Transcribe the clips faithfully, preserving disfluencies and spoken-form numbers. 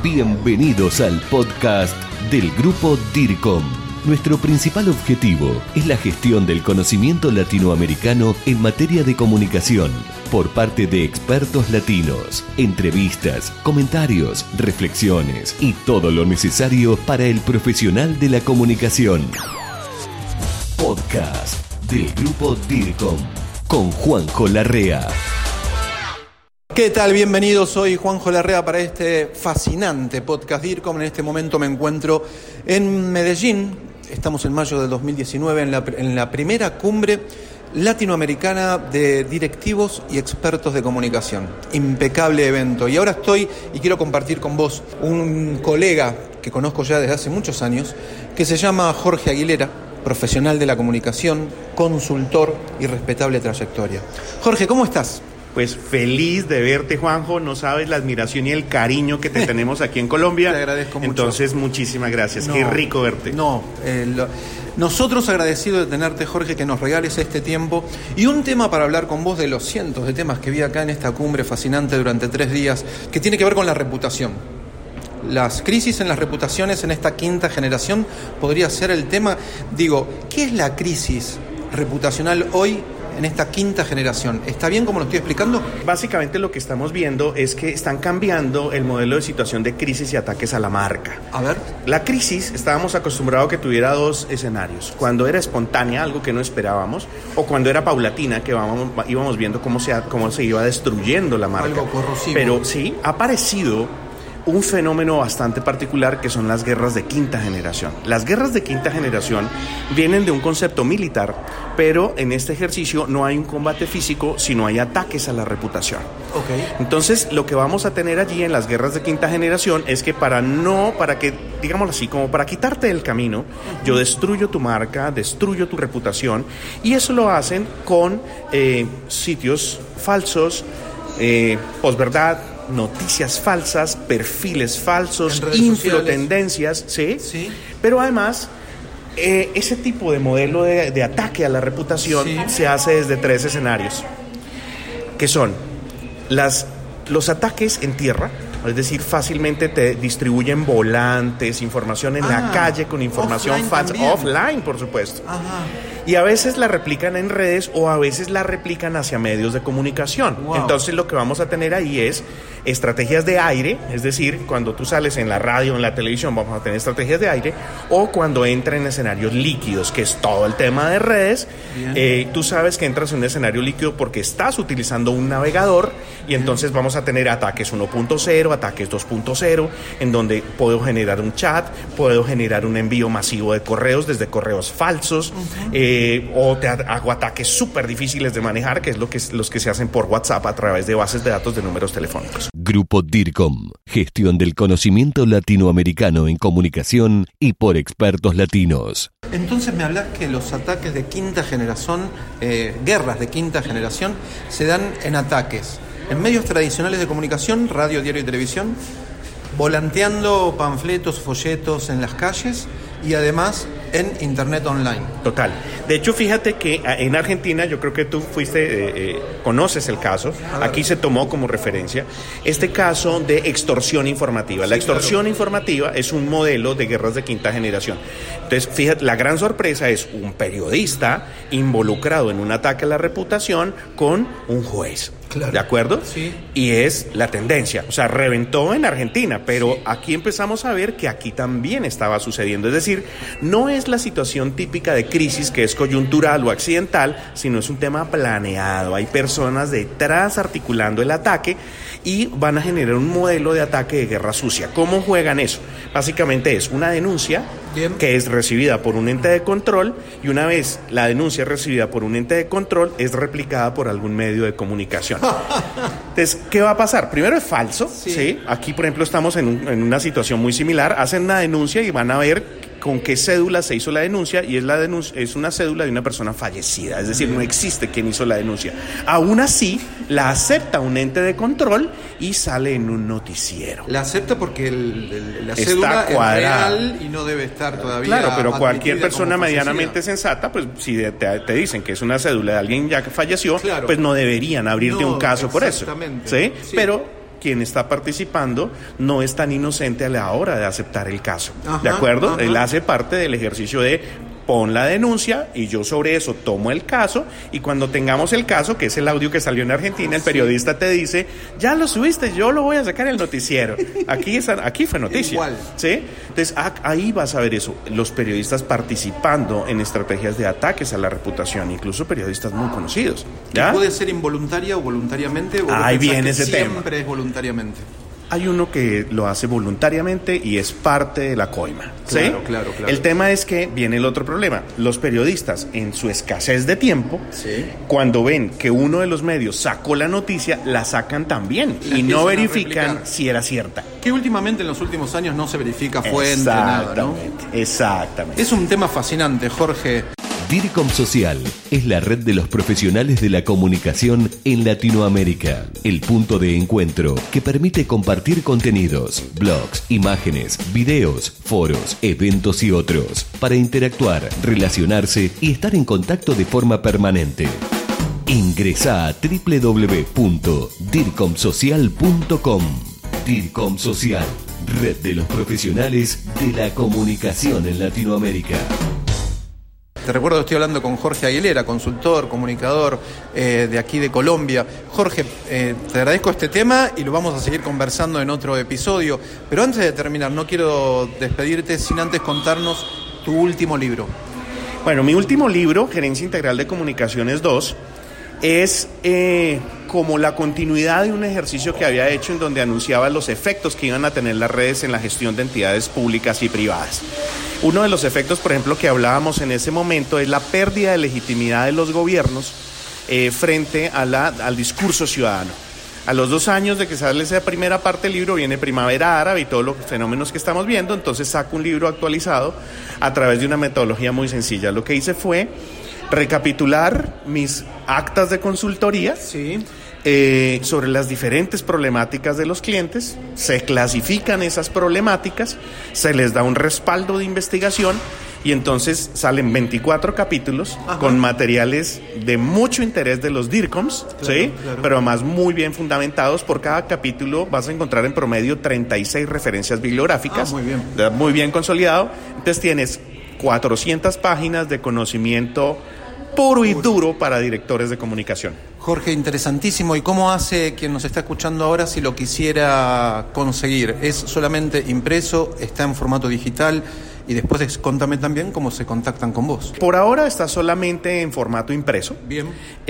Bienvenidos al podcast del Grupo DIRCOM. Nuestro principal objetivo es la gestión del conocimiento latinoamericano en materia de comunicación por parte de expertos latinos, entrevistas, comentarios, reflexiones y todo lo necesario para el profesional de la comunicación. Podcast del Grupo DIRCOM con Juanjo Larrea. ¿Qué tal? Bienvenidos, soy Juanjo Larrea para este fascinante podcast DIRCOM. En este momento me encuentro en Medellín, estamos en mayo del dos mil diecinueve, en la, en la primera cumbre latinoamericana de directivos y expertos de comunicación. Impecable evento. Y ahora estoy y quiero compartir con vos un colega que conozco ya desde hace muchos años, que se llama Jorge Aguilera, profesional de la comunicación, consultor y respetable trayectoria. Jorge, ¿cómo estás? Pues feliz de verte, Juanjo. No sabes la admiración y el cariño que te tenemos aquí en Colombia. Te agradezco mucho. Entonces, muchísimas gracias. No, Qué rico verte. No, eh, lo, nosotros agradecidos de tenerte, Jorge, que nos regales este tiempo y un tema para hablar con vos de los cientos de temas que vi acá en esta cumbre fascinante durante tres días, que tiene que ver con la reputación. Las crisis en las reputaciones en esta quinta generación podría ser el tema. Digo, ¿qué es la crisis reputacional hoy en esta quinta generación? ¿Está bien como lo estoy explicando? Básicamente lo que estamos viendo es que están cambiando el modelo de situación de crisis y ataques a la marca. A ver. La crisis, estábamos acostumbrados a que tuviera dos escenarios. Cuando era espontánea, algo que no esperábamos, o cuando era paulatina, que vamos, íbamos viendo cómo se, cómo se iba destruyendo la marca. Algo corrosivo. Pero sí, ha aparecido un fenómeno bastante particular que son las guerras de quinta generación. Las guerras de quinta generación vienen de un concepto militar, pero en este ejercicio no hay un combate físico, sino hay ataques a la reputación. Okay. Entonces, lo que vamos a tener allí en las guerras de quinta generación es que para no, para que, digámoslo así, como para quitarte del camino, yo destruyo tu marca, destruyo tu reputación, y eso lo hacen con eh, sitios falsos, eh, posverdad, noticias falsas, perfiles falsos, inflotendencias, ¿sí? Sí. Pero además, eh, ese tipo de modelo de, de ataque a la reputación sí. se hace desde tres escenarios, que son las, los ataques en tierra, es decir, fácilmente te distribuyen volantes, información en ah, la calle con información offline falsa, también. offline, por supuesto. Ajá. Y a veces la replican en redes o a veces la replican hacia medios de comunicación. Wow. Entonces lo que vamos a tener ahí es estrategias de aire, es decir, cuando tú sales en la radio o en la televisión vamos a tener estrategias de aire, o cuando entra en escenarios líquidos, que es todo el tema de redes. Eh, tú sabes que entras en un escenario líquido porque estás utilizando un navegador. Y Bien. Entonces vamos a tener ataques uno punto cero, ataques dos punto cero, en donde puedo generar un chat, puedo generar un envío masivo de correos desde correos falsos. Uh-huh. eh, Eh, o te hago ataques súper difíciles de manejar, que es lo que los que se hacen por WhatsApp a través de bases de datos de números telefónicos. Grupo DIRCOM, gestión del conocimiento latinoamericano en comunicación y por expertos latinos. Entonces me hablas que los ataques de quinta generación, eh, guerras de quinta generación, se dan en ataques en medios tradicionales de comunicación, radio, diario y televisión, volanteando panfletos, folletos en las calles y además en internet online. Total. De hecho, fíjate que en Argentina, yo creo que tú fuiste, eh, eh, conoces el caso, aquí se tomó como referencia este caso de extorsión informativa. La extorsión sí, claro. informativa es un modelo de guerras de quinta generación. Entonces, fíjate, la gran sorpresa es un periodista involucrado en un ataque a la reputación con un juez. Claro. ¿De acuerdo? Sí. Y es la tendencia. O sea, reventó en Argentina, pero sí. aquí empezamos a ver que aquí también estaba sucediendo. Es decir, no es la situación típica de crisis que es coyuntural o accidental, sino es un tema planeado. Hay personas detrás articulando el ataque y van a generar un modelo de ataque de guerra sucia. ¿Cómo juegan eso? Básicamente es una denuncia Bien. que es recibida por un ente de control, y una vez la denuncia es recibida por un ente de control, es replicada por algún medio de comunicación. Entonces, ¿qué va a pasar? Primero es falso, ¿sí? ¿sí? Aquí, por ejemplo, estamos en, un, en una situación muy similar. Hacen una denuncia y van a ver con qué cédula se hizo la denuncia, y es la denuncia, es una cédula de una persona fallecida, es decir, no existe quien hizo la denuncia. Aún así, la acepta un ente de control y sale en un noticiero. La acepta porque el, el, la cédula es real y no debe estar todavía. Claro, pero cualquier persona medianamente sensata, pues si te, te dicen que es una cédula de alguien ya que falleció, claro. pues no deberían abrirte no, un caso por eso. ¿sí? ¿sí? Pero quien está participando no es tan inocente a la hora de aceptar el caso. Ajá, ¿De acuerdo? ajá. Él hace parte del ejercicio de pon la denuncia y yo sobre eso tomo el caso, y cuando tengamos el caso, que es el audio que salió en Argentina, el periodista te dice, ya lo subiste, yo lo voy a sacar en el noticiero. Aquí, es, aquí fue noticia. Igual. ¿Sí? Entonces ah, ahí vas a ver eso, los periodistas participando en estrategias de ataques a la reputación, incluso periodistas muy conocidos. ¿Ya? ¿Puede ser involuntaria o voluntariamente? ¿O Ahí viene que ese tema. Siempre es voluntariamente. Hay uno que lo hace voluntariamente y es parte de la coima. ¿Sí? Claro, claro, claro. El tema es que viene el otro problema. Los periodistas, en su escasez de tiempo, Sí. cuando ven que uno de los medios sacó la noticia, la sacan también La y no empiezan a verifican replicar. si era cierta. Que últimamente en los últimos años no se verifica fuente, nada, ¿no? Exactamente, exactamente. Es un tema fascinante, Jorge. DIRCOM Social es la red de los profesionales de la comunicación en Latinoamérica, el punto de encuentro que permite compartir contenidos, blogs, imágenes, videos, foros, eventos y otros, para interactuar, relacionarse y estar en contacto de forma permanente. Ingresa a doble u doble u doble u punto dircom social punto com. DIRCOM Social, red de los profesionales de la comunicación en Latinoamérica. Te recuerdo que estoy hablando con Jorge Aguilera, consultor, comunicador eh, de aquí de Colombia. Jorge, eh, te agradezco este tema y lo vamos a seguir conversando en otro episodio. Pero antes de terminar, no quiero despedirte sin antes contarnos tu último libro. Bueno, mi último libro, Gerencia Integral de Comunicaciones dos, es eh, como la continuidad de un ejercicio que había hecho en donde anunciaba los efectos que iban a tener las redes en la gestión de entidades públicas y privadas. Uno de los efectos, por ejemplo, que hablábamos en ese momento es la pérdida de legitimidad de los gobiernos eh, frente a la, al discurso ciudadano. A los dos años de que sale esa primera parte del libro viene Primavera Árabe y todos los fenómenos que estamos viendo, entonces saco un libro actualizado a través de una metodología muy sencilla. Lo que hice fue recapitular mis actas de consultoría Sí. eh, sobre las diferentes problemáticas de los clientes, se clasifican esas problemáticas, se les da un respaldo de investigación y entonces salen veinticuatro capítulos Ajá. con materiales de mucho interés de los DIRCOMs, Claro, ¿sí? claro. Pero además muy bien fundamentados. Por cada capítulo vas a encontrar en promedio treinta y seis referencias bibliográficas. Ah, muy bien. Muy bien consolidado. Entonces tienes cuatrocientas páginas de conocimiento puro y duro para directores de comunicación. Jorge, interesantísimo. ¿Y cómo hace quien nos está escuchando ahora si lo quisiera conseguir? ¿Es solamente impreso? ¿Está en formato digital? Y después contame también cómo se contactan con vos. Por ahora está solamente en formato impreso. Bien.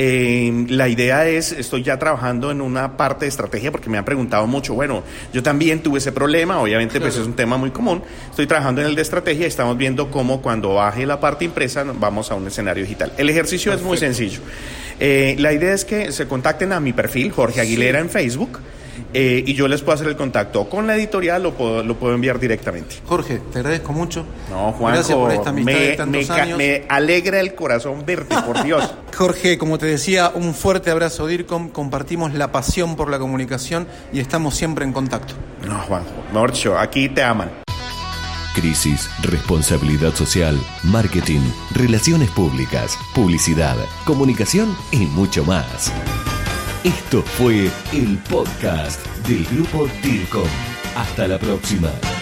Eh, la idea es, estoy ya trabajando en una parte de estrategia porque me han preguntado mucho, bueno, yo también tuve ese problema, obviamente Claro. pues es un tema muy común. Estoy trabajando en el de estrategia y estamos viendo cómo cuando baje la parte impresa vamos a un escenario digital. El ejercicio Perfecto. es muy sencillo. Eh, la idea es que se contacten a mi perfil, Jorge Aguilera, en Facebook. Eh, y yo les puedo hacer el contacto con la editorial, lo puedo, lo puedo enviar directamente. Jorge, te agradezco mucho. No, Juanjo, Gracias por esta amistad me, de tantos me, ca- años. me alegra el corazón verte, por Dios. Jorge, como te decía, un fuerte abrazo DIRCOM. Compartimos la pasión por la comunicación y estamos siempre en contacto. No, Juanjo, mejor dicho, aquí te aman. Crisis, responsabilidad social, marketing, relaciones públicas, publicidad, comunicación y mucho más. Esto fue el podcast del grupo DIRCOM. Hasta la próxima.